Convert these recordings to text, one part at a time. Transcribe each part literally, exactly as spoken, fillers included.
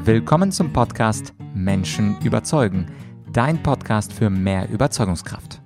Willkommen zum Podcast Menschen überzeugen, dein Podcast für mehr Überzeugungskraft.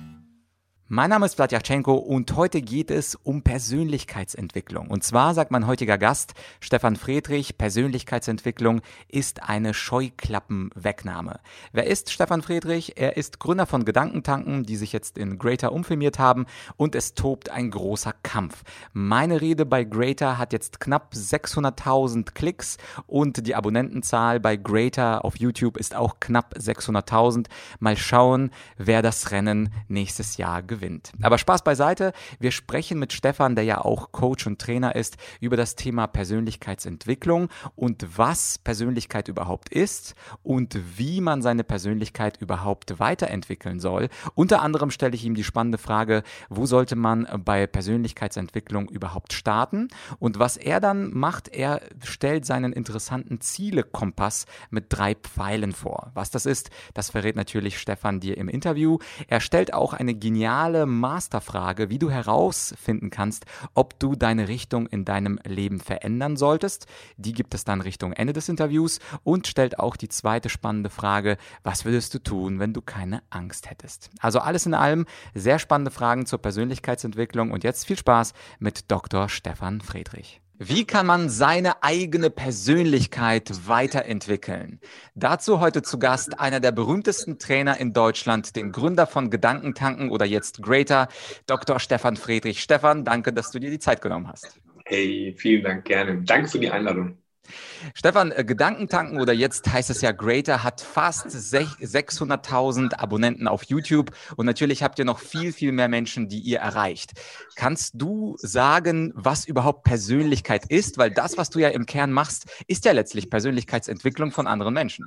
Mein Name ist Vladyachenko und heute geht es um Persönlichkeitsentwicklung. Und zwar sagt mein heutiger Gast, Stefan Friedrich, Persönlichkeitsentwicklung ist eine Scheuklappenwegnahme. Wer ist Stefan Friedrich? Er ist Gründer von Gedankentanken, die sich jetzt in Greater umfirmiert haben, und es tobt ein großer Kampf. Meine Rede bei Greater hat jetzt knapp sechshunderttausend Klicks und die Abonnentenzahl bei Greater auf YouTube ist auch knapp sechshunderttausend. Mal schauen, wer das Rennen nächstes Jahr gewinnt. gewinnt. Aber Spaß beiseite, wir sprechen mit Stefan, der ja auch Coach und Trainer ist, über das Thema Persönlichkeitsentwicklung und was Persönlichkeit überhaupt ist und wie man seine Persönlichkeit überhaupt weiterentwickeln soll. Unter anderem stelle ich ihm die spannende Frage, wo sollte man bei Persönlichkeitsentwicklung überhaupt starten? Und was er dann macht, er stellt seinen interessanten Zielekompass mit drei Pfeilen vor. Was das ist, das verrät natürlich Stefan dir im Interview. Er stellt auch eine geniale Masterfrage, wie du herausfinden kannst, ob du deine Richtung in deinem Leben verändern solltest. Die gibt es dann Richtung Ende des Interviews und stellt auch die zweite spannende Frage, was würdest du tun, wenn du keine Angst hättest? Also alles in allem sehr spannende Fragen zur Persönlichkeitsentwicklung und jetzt viel Spaß mit Doktor Stefan Friedrich. Wie kann man seine eigene Persönlichkeit weiterentwickeln? Dazu heute zu Gast einer der berühmtesten Trainer in Deutschland, den Gründer von Gedankentanken oder jetzt Greater, Doktor Stefan Friedrich. Stefan, danke, dass du dir die Zeit genommen hast. Hey, vielen Dank, gerne. Danke für die Einladung. Stefan, äh, Gedankentanken oder jetzt heißt es ja Greater hat fast sechshunderttausend Abonnenten auf YouTube und natürlich habt ihr noch viel, viel mehr Menschen, die ihr erreicht. Kannst du sagen, was überhaupt Persönlichkeit ist? Weil das, was du ja im Kern machst, ist ja letztlich Persönlichkeitsentwicklung von anderen Menschen.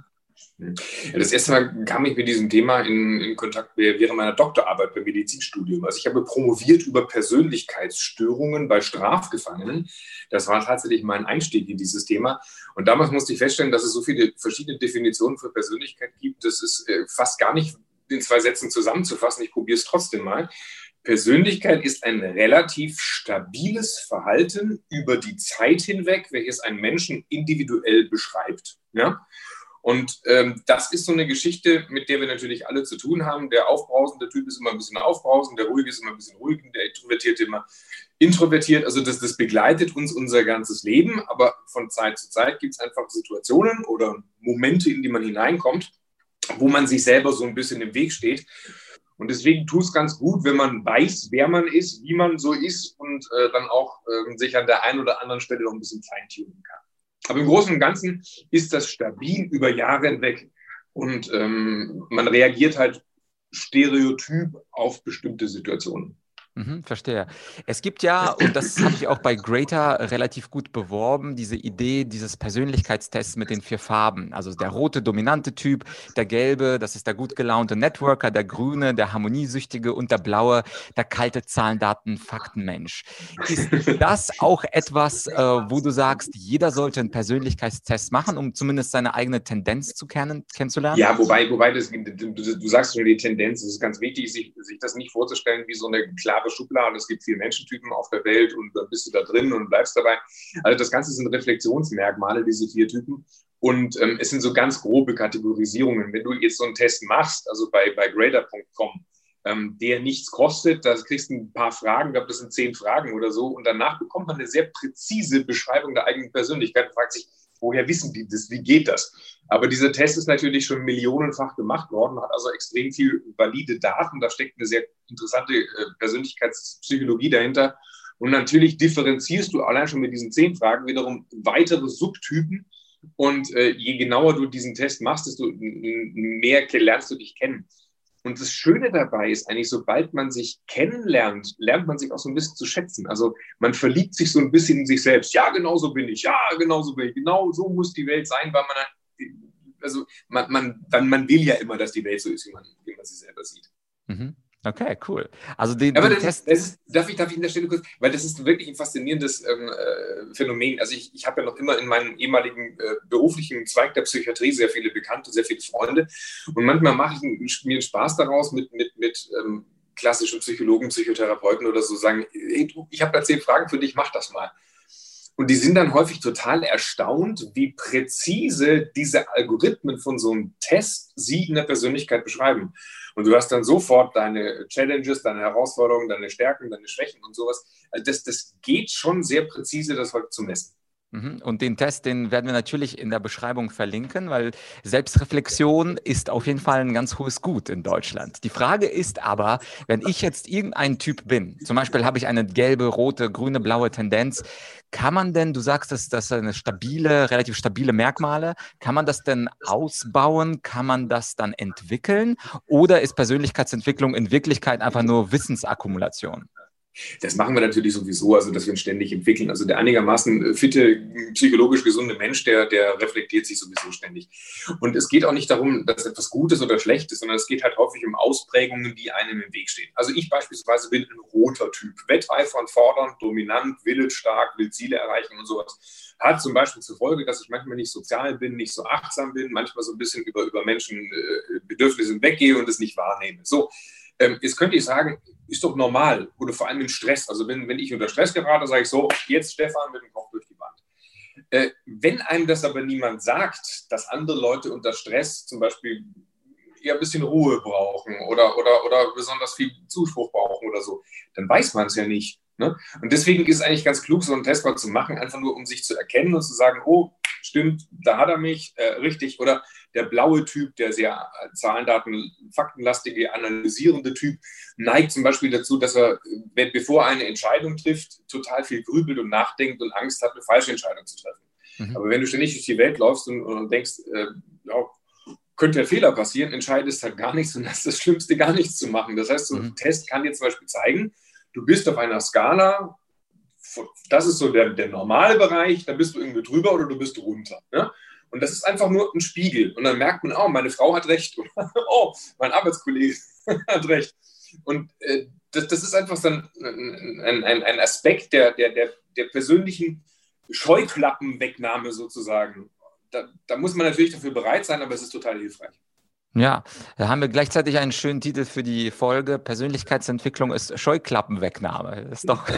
Ja, das erste Mal kam ich mit diesem Thema in, in Kontakt während meiner Doktorarbeit beim Medizinstudium. Also ich habe promoviert über Persönlichkeitsstörungen bei Strafgefangenen. Das war tatsächlich mein Einstieg in dieses Thema. Und damals musste ich feststellen, dass es so viele verschiedene Definitionen für Persönlichkeit gibt. Das ist äh, fast gar nicht in zwei Sätzen zusammenzufassen. Ich probiere es trotzdem mal. Persönlichkeit ist ein relativ stabiles Verhalten über die Zeit hinweg, welches einen Menschen individuell beschreibt. Ja? Und ähm, das ist so eine Geschichte, mit der wir natürlich alle zu tun haben. Der aufbrausende Typ ist immer ein bisschen aufbrausend, der ruhige ist immer ein bisschen ruhig, der introvertierte immer introvertiert. Also das, das begleitet uns unser ganzes Leben. Aber von Zeit zu Zeit gibt es einfach Situationen oder Momente, in die man hineinkommt, wo man sich selber so ein bisschen im Weg steht. Und deswegen tut es ganz gut, wenn man weiß, wer man ist, wie man so ist und äh, dann auch äh, sich an der einen oder anderen Stelle noch ein bisschen feintunen kann. Aber im Großen und Ganzen ist das stabil über Jahre hinweg und ähm, man reagiert halt stereotyp auf bestimmte Situationen. Mhm, verstehe. Es gibt ja, und das habe ich auch bei Greater relativ gut beworben, diese Idee dieses Persönlichkeitstests mit den vier Farben. Also der rote, dominante Typ, der gelbe, das ist der gut gelaunte Networker, der grüne, der harmoniesüchtige und der blaue, der kalte Zahlen, Daten, Faktenmensch. Ist das auch etwas, äh, wo du sagst, jeder sollte einen Persönlichkeitstest machen, um zumindest seine eigene Tendenz zu kennen, kennenzulernen? Ja, wobei, wobei das, du, du sagst schon die Tendenz, es ist ganz wichtig, sich, sich das nicht vorzustellen wie so eine klare Schublade. Es gibt viele Menschentypen auf der Welt und dann bist du da drin und bleibst dabei. Also das Ganze sind Reflexionsmerkmale, diese vier Typen. Und ähm, es sind so ganz grobe Kategorisierungen. Wenn du jetzt so einen Test machst, also bei, bei Greater Punkt com, ähm, der nichts kostet, da kriegst du ein paar Fragen, ich glaube, das sind zehn Fragen oder so. Und danach bekommt man eine sehr präzise Beschreibung der eigenen Persönlichkeit und fragt sich, woher wissen die das? Wie geht das? Aber dieser Test ist natürlich schon millionenfach gemacht worden, hat also extrem viel valide Daten. Da steckt eine sehr interessante äh, Persönlichkeitspsychologie dahinter. Und natürlich differenzierst du allein schon mit diesen zehn Fragen wiederum weitere Subtypen. Und äh, je genauer du diesen Test machst, desto mehr lernst du dich kennen. Und das Schöne dabei ist eigentlich, sobald man sich kennenlernt, lernt man sich auch so ein bisschen zu schätzen. Also man verliebt sich so ein bisschen in sich selbst. Ja, genau so bin ich. Ja, genau so bin ich. Genau so muss die Welt sein, weil man, also man, man, man, man will ja immer, dass die Welt so ist, wie man, wie man sie selber sieht. Mhm. Okay, cool. Also den, Aber den das, Test... das ist, darf ich, darf ich an der Stelle kurz, weil das ist wirklich ein faszinierendes ähm, äh, Phänomen. Also ich, ich habe ja noch immer in meinem ehemaligen äh, beruflichen Zweig der Psychiatrie sehr viele Bekannte, sehr viele Freunde. Und manchmal mache ich einen, mir einen Spaß daraus mit, mit, mit ähm, klassischen Psychologen, Psychotherapeuten oder so, sagen, hey, du, ich habe da zehn Fragen für dich, mach das mal. Und die sind dann häufig total erstaunt, wie präzise diese Algorithmen von so einem Test sie in der Persönlichkeit beschreiben. Und du hast dann sofort deine Challenges, deine Herausforderungen, deine Stärken, deine Schwächen und sowas. Also das, das geht schon sehr präzise, das heute zu messen. Und den Test, den werden wir natürlich in der Beschreibung verlinken, weil Selbstreflexion ist auf jeden Fall ein ganz hohes Gut in Deutschland. Die Frage ist aber, wenn ich jetzt irgendein Typ bin, zum Beispiel habe ich eine gelbe, rote, grüne, blaue Tendenz, kann man denn, du sagst, dass das eine stabile, relativ stabile Merkmale, kann man das denn ausbauen? Kann man das dann entwickeln? Oder ist Persönlichkeitsentwicklung in Wirklichkeit einfach nur Wissensakkumulation? Das machen wir natürlich sowieso, also dass wir uns ständig entwickeln. Also der einigermaßen fitte, psychologisch gesunde Mensch, der, der reflektiert sich sowieso ständig. Und es geht auch nicht darum, dass etwas Gutes oder schlecht ist, sondern es geht halt häufig um Ausprägungen, die einem im Weg stehen. Also ich beispielsweise bin ein roter Typ, wetteifernd, fordernd, dominant, willensstark, will Ziele erreichen und sowas. Hat zum Beispiel zur Folge, dass ich manchmal nicht sozial bin, nicht so achtsam bin, manchmal so ein bisschen über, über Menschen äh, Bedürfnisse weggehe und es nicht wahrnehme. So. Ähm, jetzt könnte ich sagen, ist doch normal oder vor allem in Stress. Also wenn, wenn ich unter Stress gerate, sage ich so, jetzt Stefan mit dem Kopf durch die Wand. Äh, wenn einem das aber niemand sagt, dass andere Leute unter Stress zum Beispiel eher ein bisschen Ruhe brauchen oder, oder, oder besonders viel Zuspruch brauchen oder so, dann weiß man es ja nicht. Ne? Und deswegen ist es eigentlich ganz klug, so einen Test mal zu machen, einfach nur um sich zu erkennen und zu sagen, oh, stimmt, da hat er mich, äh, richtig. Oder der blaue Typ, der sehr äh, Zahlen, Daten, faktenlastige, analysierende Typ, neigt zum Beispiel dazu, dass er, wenn, bevor er eine Entscheidung trifft, total viel grübelt und nachdenkt und Angst hat, eine falsche Entscheidung zu treffen. Mhm. Aber wenn du ständig durch die Welt läufst und, und denkst, äh, ja, könnte ja Fehler passieren, entscheidest halt gar nichts und das ist das Schlimmste, gar nichts zu machen. Das heißt, so ein mhm. Test kann dir zum Beispiel zeigen, du bist auf einer Skala, das ist so der, der normale Bereich, da bist du irgendwie drüber oder du bist runter. Ne? Und das ist einfach nur ein Spiegel. Und dann merkt man, oh, meine Frau hat recht. Oder, oh, mein Arbeitskollege hat recht. Und äh, das, das ist einfach dann ein, ein, ein Aspekt der, der, der, der persönlichen Scheuklappenwegnahme sozusagen. Da, da muss man natürlich dafür bereit sein, aber es ist total hilfreich. Ja, da haben wir gleichzeitig einen schönen Titel für die Folge. Persönlichkeitsentwicklung ist Scheuklappenwegnahme. Ist doch,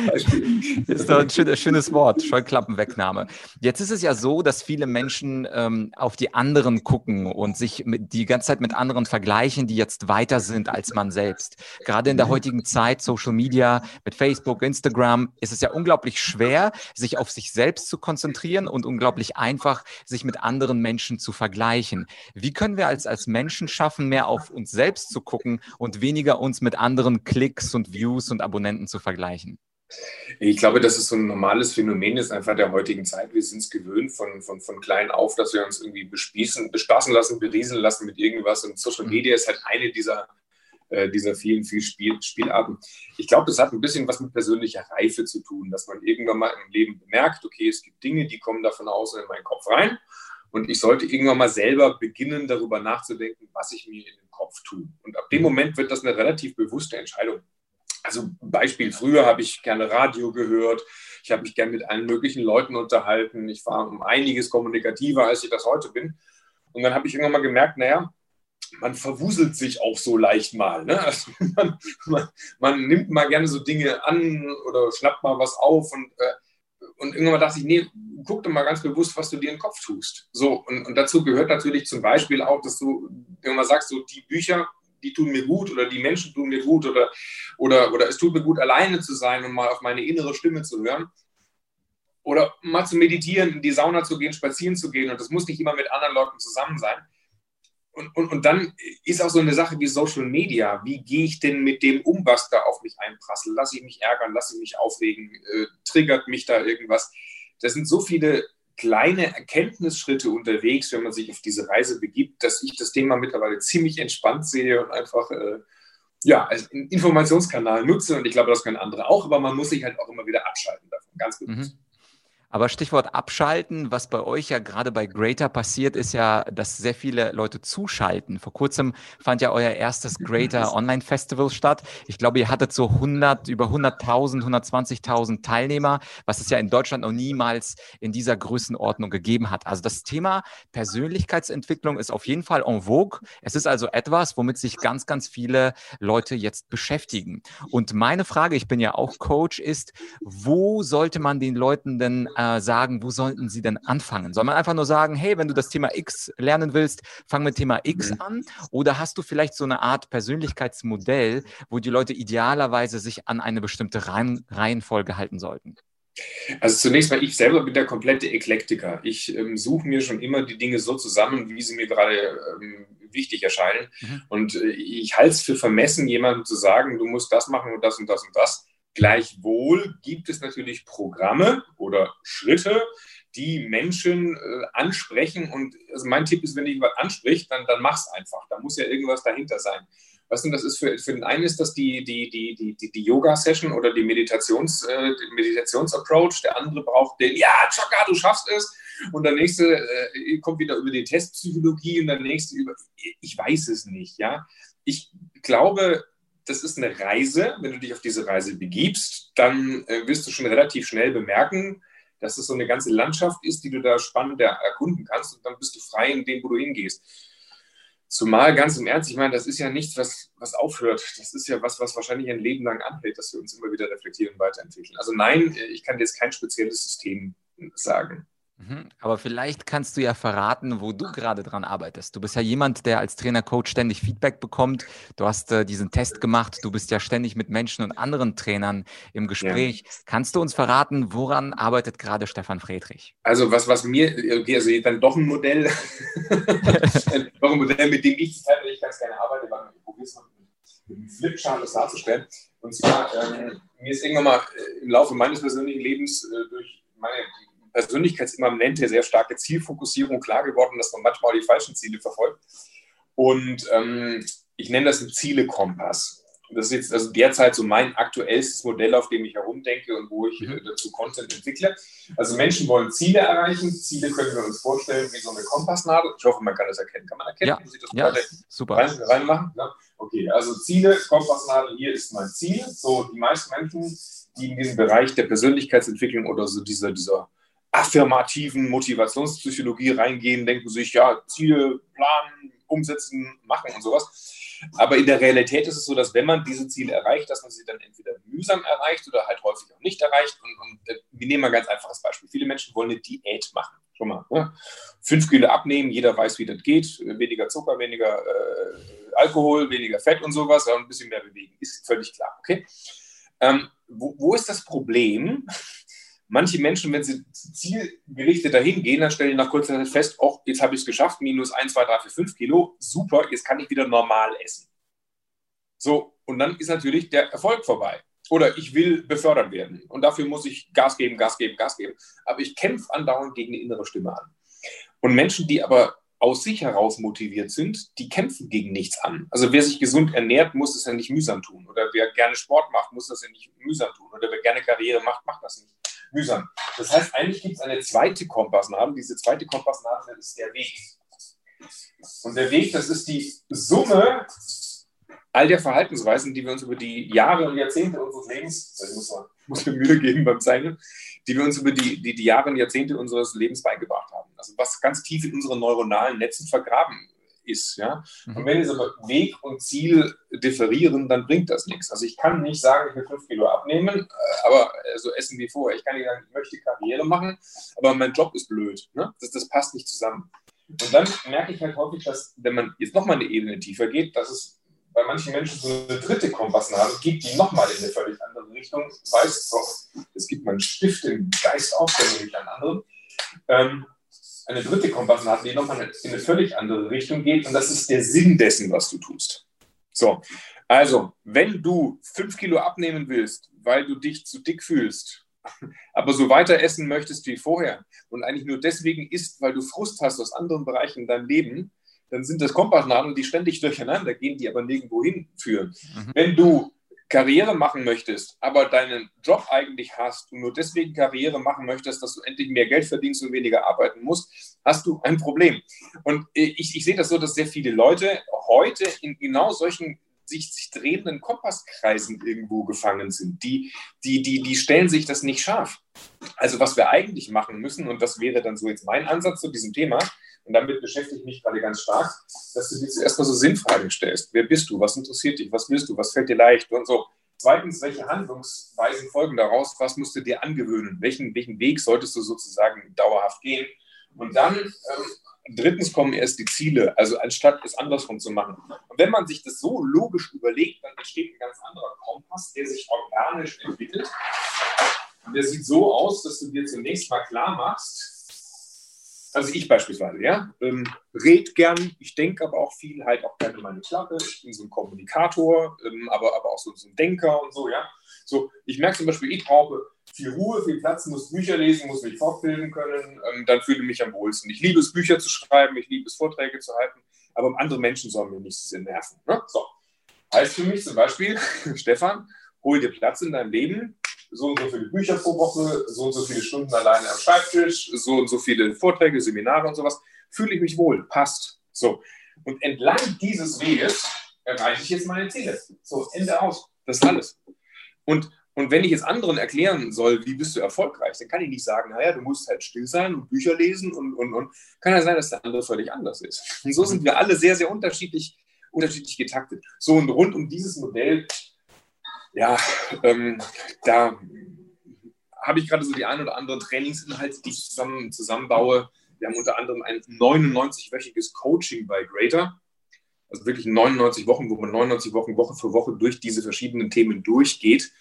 ist doch ein schönes, schönes Wort, Scheuklappenwegnahme. Jetzt ist es ja so, dass viele Menschen ähm, auf die anderen gucken und sich mit, die ganze Zeit mit anderen vergleichen, die jetzt weiter sind als man selbst. Gerade in der heutigen Zeit, Social Media, mit Facebook, Instagram, ist es ja unglaublich schwer, sich auf sich selbst zu konzentrieren und unglaublich einfach, sich mit anderen Menschen zu vergleichen. Wie können wir als, als Menschen schaffen, mehr auf uns selbst zu gucken und weniger uns mit anderen Klicks und Views und Abonnenten zu vergleichen? Ich glaube, dass es so ein normales Phänomen ist, einfach der heutigen Zeit. Wir sind es gewöhnt von, von, von klein auf, dass wir uns irgendwie bespießen, bespaßen lassen, berieseln lassen mit irgendwas. Und Social Media ist halt eine dieser, äh, dieser vielen, vielen Spiel, Spielarten. Ich glaube, das hat ein bisschen was mit persönlicher Reife zu tun, dass man irgendwann mal im Leben bemerkt, okay, es gibt Dinge, die kommen da von außen in meinen Kopf rein. Und ich sollte irgendwann mal selber beginnen, darüber nachzudenken, was ich mir in den Kopf tue. Und ab dem Moment wird das eine relativ bewusste Entscheidung. Also Beispiel, früher habe ich gerne Radio gehört, ich habe mich gerne mit allen möglichen Leuten unterhalten, ich war um einiges kommunikativer, als ich das heute bin. Und dann habe ich irgendwann mal gemerkt, naja, man verwuselt sich auch so leicht mal. Ne? Also man, man, man nimmt mal gerne so Dinge an oder schnappt mal was auf und äh, Und irgendwann dachte ich, nee, guck doch mal ganz bewusst, was du dir in den Kopf tust. So, und, und dazu gehört natürlich zum Beispiel auch, dass du irgendwann sagst, so die Bücher, die tun mir gut oder die Menschen tun mir gut oder, oder, oder es tut mir gut, alleine zu sein und mal auf meine innere Stimme zu hören. Oder mal zu meditieren, in die Sauna zu gehen, spazieren zu gehen. Und das muss nicht immer mit anderen Leuten zusammen sein. Und, und, und dann ist auch so eine Sache wie Social Media. Wie gehe ich denn mit dem um, was da auf mich einprasselt? Lasse ich mich ärgern? Lasse ich mich aufregen? Äh, triggert mich da irgendwas? Das sind so viele kleine Erkenntnisschritte unterwegs, wenn man sich auf diese Reise begibt, dass ich das Thema mittlerweile ziemlich entspannt sehe und einfach äh, ja, als Informationskanal nutze. Und ich glaube, das können andere auch. Aber man muss sich halt auch immer wieder abschalten davon, ganz bewusst. Mhm. Aber Stichwort abschalten, was bei euch ja gerade bei Greater passiert, ist ja, dass sehr viele Leute zuschalten. Vor kurzem fand ja euer erstes Greater Online Festival statt. Ich glaube, ihr hattet so hundert, über hunderttausend, hundertzwanzigtausend Teilnehmer, was es ja in Deutschland noch niemals in dieser Größenordnung gegeben hat. Also das Thema Persönlichkeitsentwicklung ist auf jeden Fall en vogue. Es ist also etwas, womit sich ganz, ganz viele Leute jetzt beschäftigen. Und meine Frage, ich bin ja auch Coach, ist, wo sollte man den Leuten denn äh, sagen, wo sollten sie denn anfangen? Soll man einfach nur sagen, hey, wenn du das Thema X lernen willst, fang mit Thema X Mhm. an? Oder hast du vielleicht so eine Art Persönlichkeitsmodell, wo die Leute idealerweise sich an eine bestimmte Reihen Reihenfolge halten sollten? Also zunächst mal, ich selber bin der komplette Eklektiker. Ich ähm, suche mir schon immer die Dinge so zusammen, wie sie mir gerade ähm, wichtig erscheinen. Mhm. Und äh, ich halte es für vermessen, jemandem zu sagen, du musst das machen und das und das und das. Gleichwohl gibt es natürlich Programme oder Schritte, die Menschen äh, ansprechen. Und also mein Tipp ist, wenn dich jemand anspricht, dann, dann mach's einfach. Da muss ja irgendwas dahinter sein. Was denn das ist für, für den einen ist das die, die, die, die, die, die Yoga-Session oder die Meditations, äh, Meditations-Approach. Der andere braucht den, ja, Chaka, du schaffst es. Und der nächste äh, kommt wieder über die Testpsychologie und der nächste über, ich weiß es nicht, ja. Ich glaube, das ist eine Reise. Wenn du dich auf diese Reise begibst, dann äh, wirst du schon relativ schnell bemerken, dass es so eine ganze Landschaft ist, die du da spannend erkunden kannst und dann bist du frei in dem, wo du hingehst. Zumal, ganz im Ernst, ich meine, das ist ja nichts, was, was aufhört. Das ist ja was, was wahrscheinlich ein Leben lang anhält, dass wir uns immer wieder reflektieren und weiterentwickeln. Also nein, ich kann dir jetzt kein spezielles System sagen. Mhm. Aber vielleicht kannst du ja verraten, wo du gerade dran arbeitest. Du bist ja jemand, der als Trainer, Coach ständig Feedback bekommt. Du hast äh, diesen Test gemacht. Du bist ja ständig mit Menschen und anderen Trainern im Ja. Gespräch. Kannst du uns verraten, woran arbeitet gerade Stefan Friedrich? Also was, was mir, okay, also dann doch ein Modell, doch ein Modell, mit dem ich tatsächlich ganz gerne arbeite, weil ich probiere es mal mit einem Flipchart das darzustellen. Und zwar, ähm, mir ist irgendwann mal äh, im Laufe meines persönlichen Lebens äh, durch meine persönlichkeitsimmanente, sehr starke Zielfokussierung klar geworden, dass man manchmal die falschen Ziele verfolgt. Und ähm, ich nenne das einen Zielekompass. Das ist jetzt also derzeit so mein aktuellstes Modell, auf dem ich herumdenke und wo ich Mhm. äh, dazu Content entwickle. Also Menschen wollen Ziele erreichen. Ziele können wir uns vorstellen wie so eine Kompassnadel. Ich hoffe, man kann das erkennen. Kann man erkennen? Ja, Muss ich das ja, weiter super. rein, reinmachen? Ja. Okay, also Ziele, Kompassnadel, hier ist mein Ziel. So, die meisten Menschen, die in diesen Bereich der Persönlichkeitsentwicklung oder so dieser, dieser affirmativen Motivationspsychologie reingehen, denken sich, ja, Ziele planen, umsetzen, machen und sowas. Aber in der Realität ist es so, dass wenn man diese Ziele erreicht, dass man sie dann entweder mühsam erreicht oder halt häufig auch nicht erreicht. Und, und äh, wir nehmen mal ein ganz einfaches Beispiel. Viele Menschen wollen eine Diät machen. Schon mal. Ne? Fünf Kilo abnehmen, jeder weiß, wie das geht. Weniger Zucker, weniger äh, Alkohol, weniger Fett und sowas, und ein bisschen mehr bewegen. Ist völlig klar. Okay? Ähm, wo, wo ist das Problem? Manche Menschen, wenn sie zielgerichtet dahin gehen, dann stellen die nach kurzer Zeit fest, oh, jetzt habe ich es geschafft, minus eins, zwei, drei, vier, fünf Kilo, super, jetzt kann ich wieder normal essen. So, und dann ist natürlich der Erfolg vorbei. Oder ich will befördert werden und dafür muss ich Gas geben, Gas geben, Gas geben. Aber ich kämpfe andauernd gegen eine innere Stimme an. Und Menschen, die aber aus sich heraus motiviert sind, die kämpfen gegen nichts an. Also wer sich gesund ernährt, muss es ja nicht mühsam tun. Oder wer gerne Sport macht, muss das ja nicht mühsam tun. Oder wer gerne Karriere macht, macht das nicht mühsam. Das heißt, eigentlich gibt es eine zweite Kompassnadel. Diese zweite Kompassnadel ist der Weg. Und der Weg, das ist die Summe all der Verhaltensweisen, die wir uns über die Jahre und Jahrzehnte unseres Lebens, also ich muss, mal, muss mir Mühe geben beim Zeichnen, die wir uns über die, die, die Jahre und Jahrzehnte unseres Lebens beigebracht haben. Also was ganz tief in unseren neuronalen Netzen vergraben ist. Ja? Mhm. Und wenn jetzt aber Weg und Ziel differieren, dann bringt das nichts. Also ich kann nicht sagen, ich will fünf Kilo abnehmen, aber so essen wie vorher. Ich kann nicht sagen, ich möchte Karriere machen, aber mein Job ist blöd. Ne? Das, das passt nicht zusammen. Und dann merke ich halt häufig, dass, wenn man jetzt nochmal eine Ebene tiefer geht, dass es bei manchen Menschen so eine dritte Kompassnadel gibt, die nochmal in eine völlig andere Richtung weist. So, es gibt meinen Stift im Geist auf, der nämlich einen anderen. Ähm, eine dritte Kompassnadel, die nochmal in eine völlig andere Richtung geht. Und das ist der Sinn dessen, was du tust. So, also, wenn du fünf Kilo abnehmen willst, weil du dich zu dick fühlst, aber so weiter essen möchtest wie vorher und eigentlich nur deswegen isst, weil du Frust hast aus anderen Bereichen in deinem Leben, dann sind das Kompassnadeln, die ständig durcheinander gehen, die aber nirgendwo hinführen. Mhm. Wenn du Karriere machen möchtest, aber deinen Job eigentlich hast und nur deswegen Karriere machen möchtest, dass du endlich mehr Geld verdienst und weniger arbeiten musst, hast du ein Problem. Und ich, ich sehe das so, dass sehr viele Leute heute in genau solchen sich, sich drehenden Kompasskreisen irgendwo gefangen sind. Die, die, die, die stellen sich das nicht scharf. Also was wir eigentlich machen müssen, und das wäre dann so jetzt mein Ansatz zu diesem Thema, und damit beschäftige ich mich gerade ganz stark, dass du dir zuerst mal so Sinnfragen stellst. Wer bist du? Was interessiert dich? Was willst du? Was fällt dir leicht? Und so. Zweitens, welche Handlungsweisen folgen daraus? Was musst du dir angewöhnen? Welchen, welchen Weg solltest du sozusagen dauerhaft gehen? Und dann, ähm, drittens kommen erst die Ziele, also anstatt es andersrum zu machen. Und wenn man sich das so logisch überlegt, dann entsteht ein ganz anderer Kompass, der sich organisch entwickelt. Und der sieht so aus, dass du dir zunächst mal klar machst, also ich beispielsweise, ja, ähm, red gern, ich denke aber auch viel, halt auch gerne meine Klappe, ich bin so ein Kommunikator, ähm, aber, aber auch so, so ein Denker und so, ja. So, ich merke zum Beispiel, ich brauche viel Ruhe, viel Platz, muss Bücher lesen, muss mich fortbilden können, ähm, dann fühle ich mich am wohlsten. Ich liebe es, Bücher zu schreiben, ich liebe es, Vorträge zu halten, aber andere Menschen sollen mir nicht so sehr nerven. Ne? So, heißt für mich zum Beispiel, Stefan, hol dir Platz in deinem Leben, so und so viele Bücher pro Woche, so und so viele Stunden alleine am Schreibtisch, so und so viele Vorträge, Seminare und sowas, fühle ich mich wohl, passt. So. Und entlang dieses Weges erreiche ich jetzt meine Ziele. So, Ende aus. Das ist alles. Und, und wenn ich jetzt anderen erklären soll, wie bist du erfolgreich, dann kann ich nicht sagen, naja, du musst halt still sein und Bücher lesen und, und, und. Kann ja sein, dass der andere völlig anders ist. Und so sind wir alle sehr, sehr unterschiedlich, unterschiedlich getaktet. So, und rund um dieses Modell, ja, ähm, da habe ich gerade so die ein oder anderen Trainingsinhalte, die ich zusammen, zusammenbaue. Wir haben unter anderem ein neunundneunzig-wöchiges Coaching bei Greater. Also wirklich neunundneunzig Wochen, wo man neunundneunzig Wochen, Woche für Woche durch diese verschiedenen Themen durchgeht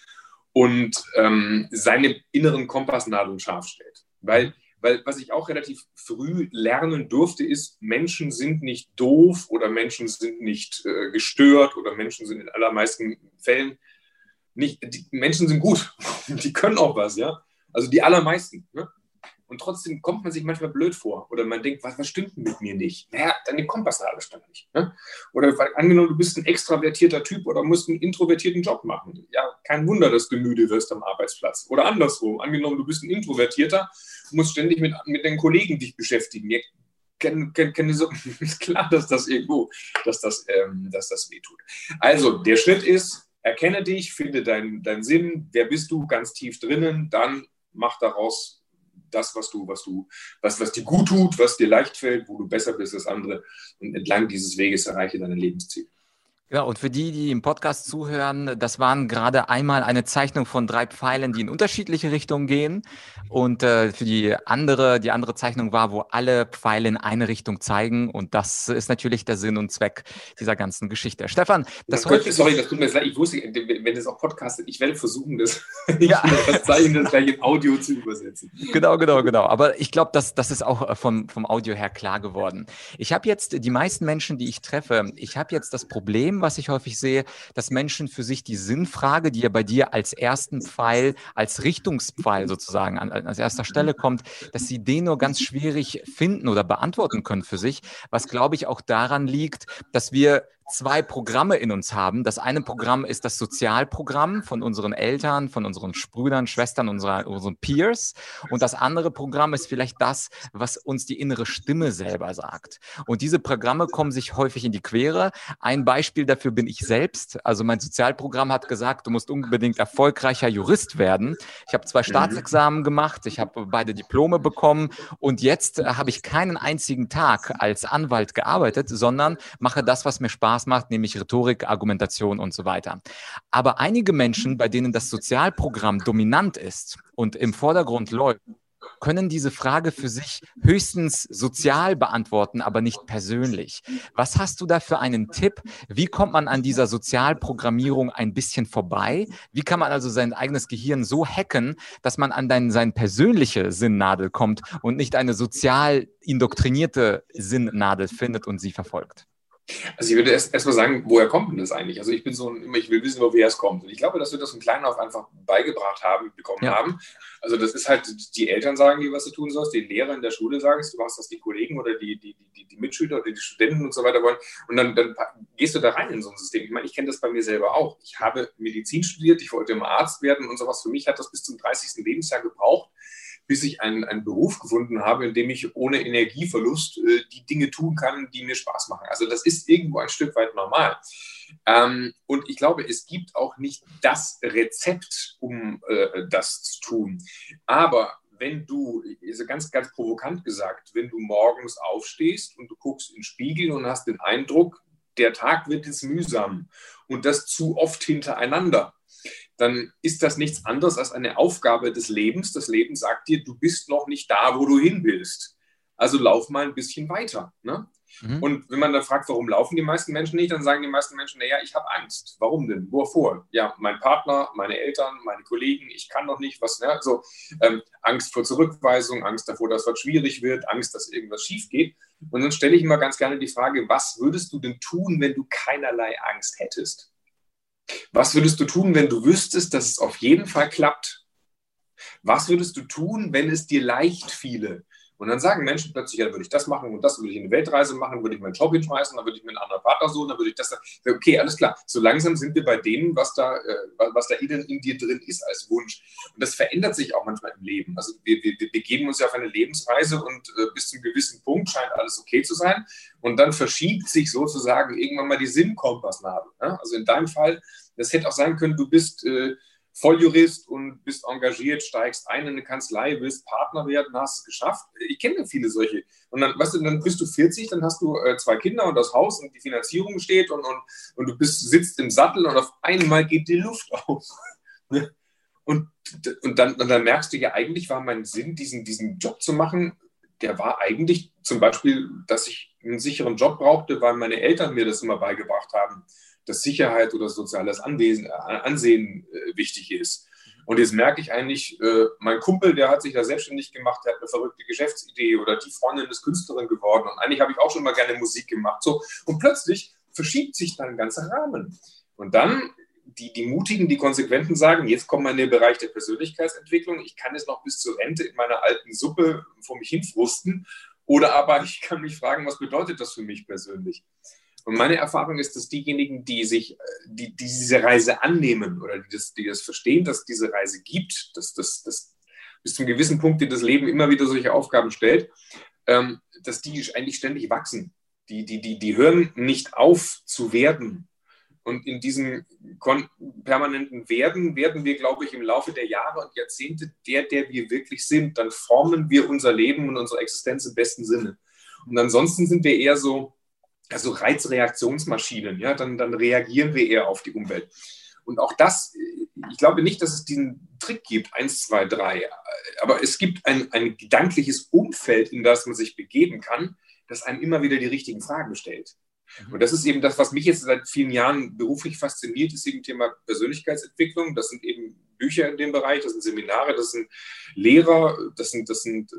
und ähm, seine inneren Kompassnadeln scharf stellt. Weil, weil was ich auch relativ früh lernen durfte, ist, Menschen sind nicht doof oder Menschen sind nicht äh, gestört oder Menschen sind in allermeisten Fällen nicht, die Menschen sind gut, die können auch was, ja. Also die allermeisten. Ne? Und trotzdem kommt man sich manchmal blöd vor. Oder man denkt, was, was stimmt denn mit mir nicht? Naja, deine Kompassnadel stimmt nicht. Ne? Oder weil, angenommen, du bist ein extravertierter Typ oder musst einen introvertierten Job machen. Ja, kein Wunder, dass du müde wirst am Arbeitsplatz. Oder andersrum. Angenommen, du bist ein Introvertierter, musst ständig mit, mit deinen Kollegen dich beschäftigen. Ja, kenn, kenn, kenn so, ist klar, dass das irgendwo, dass das, ähm, dass das wehtut. Also, der Schritt ist, erkenne dich, finde deinen dein Sinn, wer bist du, ganz tief drinnen, dann mach daraus das, was du, was du, was, was dir gut tut, was dir leicht fällt, wo du besser bist als andere und entlang dieses Weges erreiche deine Lebensziele. Ja, und für die, die im Podcast zuhören, das waren gerade einmal eine Zeichnung von drei Pfeilen, die in unterschiedliche Richtungen gehen. Und äh, für die andere, die andere Zeichnung war, wo alle Pfeile in eine Richtung zeigen. Und das ist natürlich der Sinn und Zweck dieser ganzen Geschichte. Stefan, das, das könnte, sorry, das tut mir leid, ich wusste, wenn das auch Podcast ist, ich werde versuchen, das, ja. das Zeichen das gleich in Audio zu übersetzen. Genau, genau, genau. Aber ich glaube, das, das ist auch vom, vom Audio her klar geworden. Ich habe jetzt die meisten Menschen, die ich treffe, ich habe jetzt das Problem, was ich häufig sehe, dass Menschen für sich die Sinnfrage, die ja bei dir als ersten Pfeil, als Richtungspfeil sozusagen an, an erster Stelle kommt, dass sie den nur ganz schwierig finden oder beantworten können für sich, was glaube ich auch daran liegt, dass wir zwei Programme in uns haben. Das eine Programm ist das Sozialprogramm von unseren Eltern, von unseren Brüdern, Schwestern, unserer, unseren Peers. Und das andere Programm ist vielleicht das, was uns die innere Stimme selber sagt. Und diese Programme kommen sich häufig in die Quere. Ein Beispiel dafür bin ich selbst. Also mein Sozialprogramm hat gesagt, du musst unbedingt erfolgreicher Jurist werden. Ich habe zwei Staatsexamen gemacht, ich habe beide Diplome bekommen und jetzt habe ich keinen einzigen Tag als Anwalt gearbeitet, sondern mache das, was mir Spaß macht, nämlich Rhetorik, Argumentation und so weiter. Aber einige Menschen, bei denen das Sozialprogramm dominant ist und im Vordergrund läuft, können diese Frage für sich höchstens sozial beantworten, aber nicht persönlich. Was hast du da für einen Tipp? Wie kommt man an dieser Sozialprogrammierung ein bisschen vorbei? Wie kann man also sein eigenes Gehirn so hacken, dass man an dein, seine persönliche Sinnnadel kommt und nicht eine sozial indoktrinierte Sinnnadel findet und sie verfolgt? Also ich würde erst, erst mal sagen, woher kommt denn das eigentlich? Also ich bin so ein, immer, ich will wissen, woher es kommt. Und ich glaube, dass wir das von klein auf einfach beigebracht haben, bekommen Ja. haben. Also das ist halt, die Eltern sagen dir, was du tun sollst, die Lehrer in der Schule sagen es, du machst das, die Kollegen oder die, die, die, die Mitschüler oder die Studenten und so weiter wollen. Und dann, dann gehst du da rein in so ein System. Ich meine, ich kenne das bei mir selber auch. Ich habe Medizin studiert, ich wollte immer Arzt werden und sowas. Für mich hat das bis zum dreißigsten Lebensjahr gebraucht, bis ich einen, einen Beruf gefunden habe, in dem ich ohne Energieverlust äh, die Dinge tun kann, die mir Spaß machen. Also das ist irgendwo ein Stück weit normal. Ähm, und ich glaube, es gibt auch nicht das Rezept, um äh, das zu tun. Aber wenn du, also ganz, ganz provokant gesagt, wenn du morgens aufstehst und du guckst in den Spiegel und hast den Eindruck, der Tag wird jetzt mühsam und das zu oft hintereinander, dann ist das nichts anderes als eine Aufgabe des Lebens. Das Leben sagt dir, du bist noch nicht da, wo du hin willst. Also lauf mal ein bisschen weiter. Ne? Mhm. Und wenn man dann fragt, warum laufen die meisten Menschen nicht, dann sagen die meisten Menschen, naja, ich habe Angst. Warum denn? Wovor? Ja, mein Partner, meine Eltern, meine Kollegen, ich kann noch nicht, was, ne? So, ähm, Angst vor Zurückweisung, Angst davor, dass was schwierig wird, Angst, dass irgendwas schief geht. Und dann stelle ich immer ganz gerne die Frage, was würdest du denn tun, wenn du keinerlei Angst hättest? Was würdest du tun, wenn du wüsstest, dass es auf jeden Fall klappt? Was würdest du tun, wenn es dir leicht fiele? Und dann sagen Menschen plötzlich, ja, dann würde ich das machen und das, würde ich eine Weltreise machen, würde ich meinen Job hinschmeißen, dann würde ich mir einen anderen Partner suchen, dann würde ich das. Okay, alles klar. So langsam sind wir bei dem, was da, was da in, in dir drin ist als Wunsch. Und das verändert sich auch manchmal im Leben. Also wir, wir, wir begeben uns ja auf eine Lebensreise und äh, bis zu einem gewissen Punkt scheint alles okay zu sein. Und dann verschiebt sich sozusagen irgendwann mal die Sinnkompassnadel. Ne? Also in deinem Fall, das hätte auch sein können, du bist äh, Volljurist und bist engagiert, steigst ein in eine Kanzlei, willst Partner werden, hast es geschafft. Ich kenne viele solche. Und dann, weißt du, dann bist du vierzig, dann hast du äh, zwei Kinder und das Haus und die Finanzierung steht und, und, und du bist, sitzt im Sattel und auf einmal geht die Luft aus. und, und, dann, und dann merkst du ja, eigentlich war mein Sinn, diesen, diesen Job zu machen, der war eigentlich zum Beispiel, dass ich einen sicheren Job brauchte, weil meine Eltern mir das immer beigebracht haben, dass Sicherheit oder soziales Anwesen, äh, Ansehen äh, wichtig ist. Und jetzt merke ich eigentlich, äh, mein Kumpel, der hat sich da selbstständig gemacht, der hat eine verrückte Geschäftsidee oder die Freundin ist Künstlerin geworden und eigentlich habe ich auch schon mal gerne Musik gemacht. So. Und plötzlich verschiebt sich dann ein ganzer Rahmen. Und dann die, die Mutigen, die Konsequenten sagen, jetzt kommen wir in den Bereich der Persönlichkeitsentwicklung, ich kann jetzt noch bis zur Rente in meiner alten Suppe vor mich hinfrusten oder aber ich kann mich fragen, was bedeutet das für mich persönlich? Und meine Erfahrung ist, dass diejenigen, die sich die, die diese Reise annehmen oder die das, die das verstehen, dass diese Reise gibt, dass das dass bis zu einem gewissen Punkt, die das Leben immer wieder solche Aufgaben stellt, ähm, dass die eigentlich ständig wachsen. Die, die, die, die hören nicht auf zu werden. Und in diesem kon- permanenten Werden werden wir, glaube ich, im Laufe der Jahre und Jahrzehnte der, der wir wirklich sind. Dann formen wir unser Leben und unsere Existenz im besten Sinne. Und ansonsten sind wir eher so Also Reizreaktionsmaschinen, ja, dann, dann reagieren wir eher auf die Umwelt. Und auch das, ich glaube nicht, dass es diesen Trick gibt, eins, zwei, drei, aber es gibt ein, ein gedankliches Umfeld, in das man sich begeben kann, das einem immer wieder die richtigen Fragen stellt. Mhm. Und das ist eben das, was mich jetzt seit vielen Jahren beruflich fasziniert, ist eben Thema Persönlichkeitsentwicklung. Das sind eben Bücher in dem Bereich, das sind Seminare, das sind Lehrer, das sind, das sind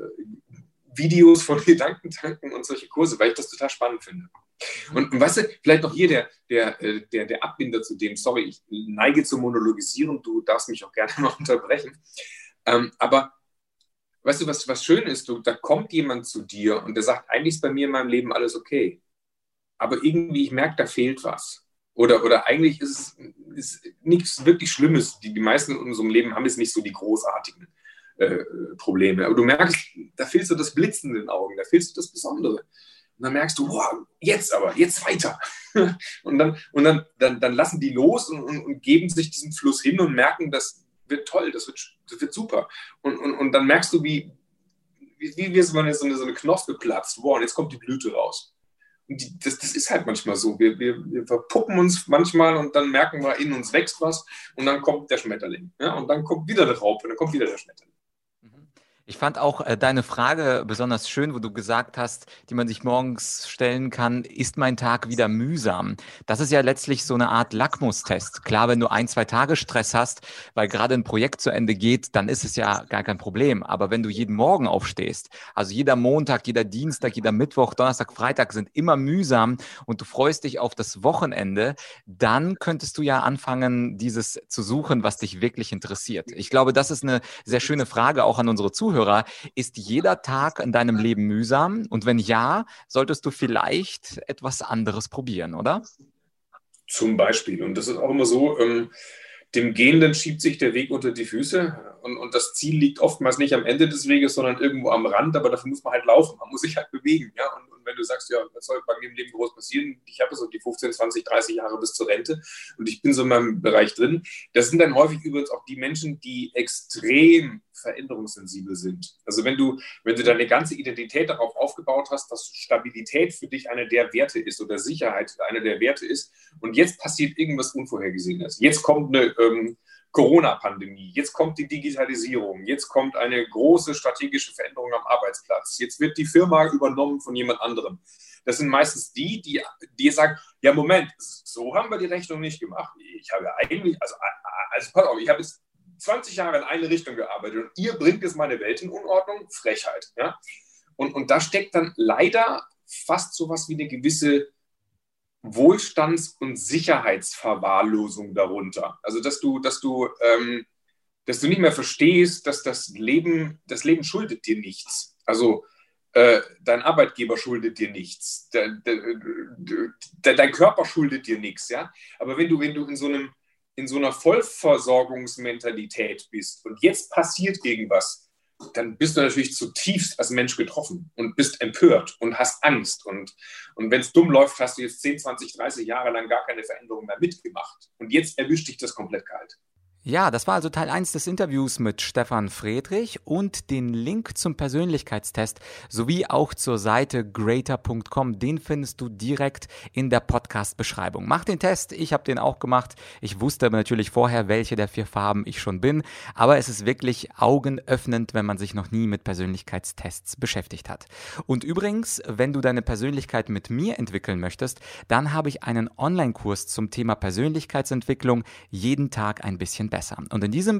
Videos von Gedankentanken und solche Kurse, weil ich das total spannend finde. Und, und weißt du, vielleicht noch hier der, der, der, der Abbinder zu dem, sorry, ich neige zu monologisieren, du darfst mich auch gerne mal unterbrechen, ähm, aber weißt du, was, was schön ist, du, da kommt jemand zu dir und der sagt, eigentlich ist bei mir in meinem Leben alles okay, aber irgendwie, ich merke, da fehlt was. Oder, oder eigentlich ist es ist nichts wirklich Schlimmes. Die, die meisten in unserem Leben haben jetzt nicht so die großartigen äh, Probleme, aber du merkst, da fehlt so das Blitzen in den Augen, da fehlt so das Besondere. Und dann merkst du, wow, jetzt aber, jetzt weiter. Und dann, und dann, dann, dann lassen die los und, und, und geben sich diesen Fluss hin und merken, das wird toll, das wird, das wird super. Und, und, und dann merkst du, wie, wie, wie so eine, so eine Knospe platzt. Wow, und jetzt kommt die Blüte raus. Und die, das, das ist halt manchmal so. Wir, wir, wir verpuppen uns manchmal und dann merken wir, in uns wächst was und dann kommt der Schmetterling. Ja? Und dann kommt wieder der Raupe und dann kommt wieder der Schmetterling. Ich fand auch äh, deine Frage besonders schön, wo du gesagt hast, die man sich morgens stellen kann, ist mein Tag wieder mühsam? Das ist ja letztlich so eine Art Lackmustest. Klar, wenn du ein, zwei Tage Stress hast, weil gerade ein Projekt zu Ende geht, dann ist es ja gar kein Problem. Aber wenn du jeden Morgen aufstehst, also jeder Montag, jeder Dienstag, jeder Mittwoch, Donnerstag, Freitag sind immer mühsam und du freust dich auf das Wochenende, dann könntest du ja anfangen, dieses zu suchen, was dich wirklich interessiert. Ich glaube, das ist eine sehr schöne Frage auch an unsere Zuhörer. Ist jeder Tag in deinem Leben mühsam? Und wenn ja, solltest du vielleicht etwas anderes probieren, oder? Zum Beispiel. Und das ist auch immer so, ähm, dem Gehenden schiebt sich der Weg unter die Füße und, und das Ziel liegt oftmals nicht am Ende des Weges, sondern irgendwo am Rand, aber dafür muss man halt laufen, man muss sich halt bewegen. Ja? Und, und wenn du sagst, ja, was soll bei mir im Leben groß passieren? Ich habe so die fünfzehn, zwanzig, dreißig Jahre bis zur Rente und ich bin so in meinem Bereich drin. Das sind dann häufig übrigens auch die Menschen, die extrem veränderungssensibel sind. Also wenn du, wenn du deine ganze Identität darauf aufgebaut hast, dass Stabilität für dich eine der Werte ist oder Sicherheit eine der Werte ist und jetzt passiert irgendwas Unvorhergesehenes. Jetzt kommt eine ähm, Corona-Pandemie, jetzt kommt die Digitalisierung, jetzt kommt eine große strategische Veränderung am Arbeitsplatz, jetzt wird die Firma übernommen von jemand anderem. Das sind meistens die, die, die sagen, ja Moment, so haben wir die Rechnung nicht gemacht. Ich habe eigentlich, also, also pass auf, ich habe jetzt zwanzig Jahre in eine Richtung gearbeitet und ihr bringt jetzt meine Welt in Unordnung, Frechheit. Ja? Und, und da steckt dann leider fast so was wie eine gewisse Wohlstands- und Sicherheitsverwahrlosung darunter. Also dass du, dass du, ähm, dass du nicht mehr verstehst, dass das Leben, das Leben schuldet dir nichts. Also äh, dein Arbeitgeber schuldet dir nichts, de, de, de, de, dein Körper schuldet dir nichts. Ja? Aber wenn du, wenn du in so einem in so einer Vollversorgungsmentalität bist und jetzt passiert irgendwas, dann bist du natürlich zutiefst als Mensch getroffen und bist empört und hast Angst. Und, und wenn es dumm läuft, hast du jetzt zehn, zwanzig, dreißig Jahre lang gar keine Veränderung mehr mitgemacht. Und jetzt erwischt dich das komplett kalt. Ja, das war also Teil eins des Interviews mit Stefan Friedrich und den Link zum Persönlichkeitstest sowie auch zur Seite greater punkt com, den findest du direkt in der Podcast-Beschreibung. Mach den Test, ich habe den auch gemacht. Ich wusste natürlich vorher, welche der vier Farben ich schon bin, aber es ist wirklich augenöffnend, wenn man sich noch nie mit Persönlichkeitstests beschäftigt hat. Und übrigens, wenn du deine Persönlichkeit mit mir entwickeln möchtest, dann habe ich einen Online-Kurs zum Thema Persönlichkeitsentwicklung, jeden Tag ein bisschen besser. Und in diesem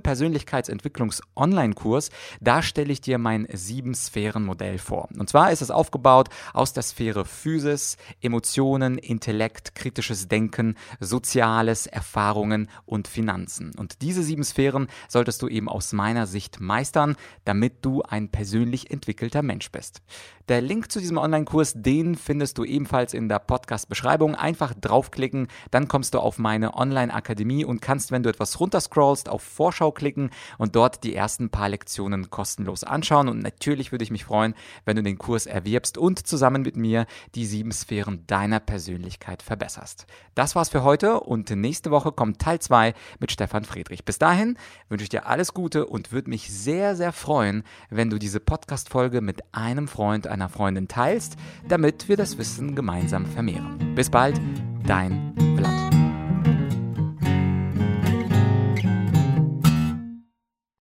Persönlichkeitsentwicklungs-Online-Kurs, da stelle ich dir mein Sieben-Sphären-Modell vor. Und zwar ist es aufgebaut aus der Sphäre Physis, Emotionen, Intellekt, kritisches Denken, Soziales, Erfahrungen und Finanzen. Und diese sieben Sphären solltest du eben aus meiner Sicht meistern, damit du ein persönlich entwickelter Mensch bist. Der Link zu diesem Online-Kurs, den findest du ebenfalls in der Podcast-Beschreibung. Einfach draufklicken, dann kommst du auf meine Online-Akademie und kannst, wenn du etwas runterscrollst, auf Vorschau klicken und dort die ersten paar Lektionen kostenlos anschauen. Und natürlich würde ich mich freuen, wenn du den Kurs erwirbst und zusammen mit mir die sieben Sphären deiner Persönlichkeit verbesserst. Das war's für heute und nächste Woche kommt Teil zwei mit Stefan Friedrich. Bis dahin wünsche ich dir alles Gute und würde mich sehr, sehr freuen, wenn du diese Podcast-Folge mit einem Freund, einer Freundin teilst, damit wir das Wissen gemeinsam vermehren. Bis bald, dein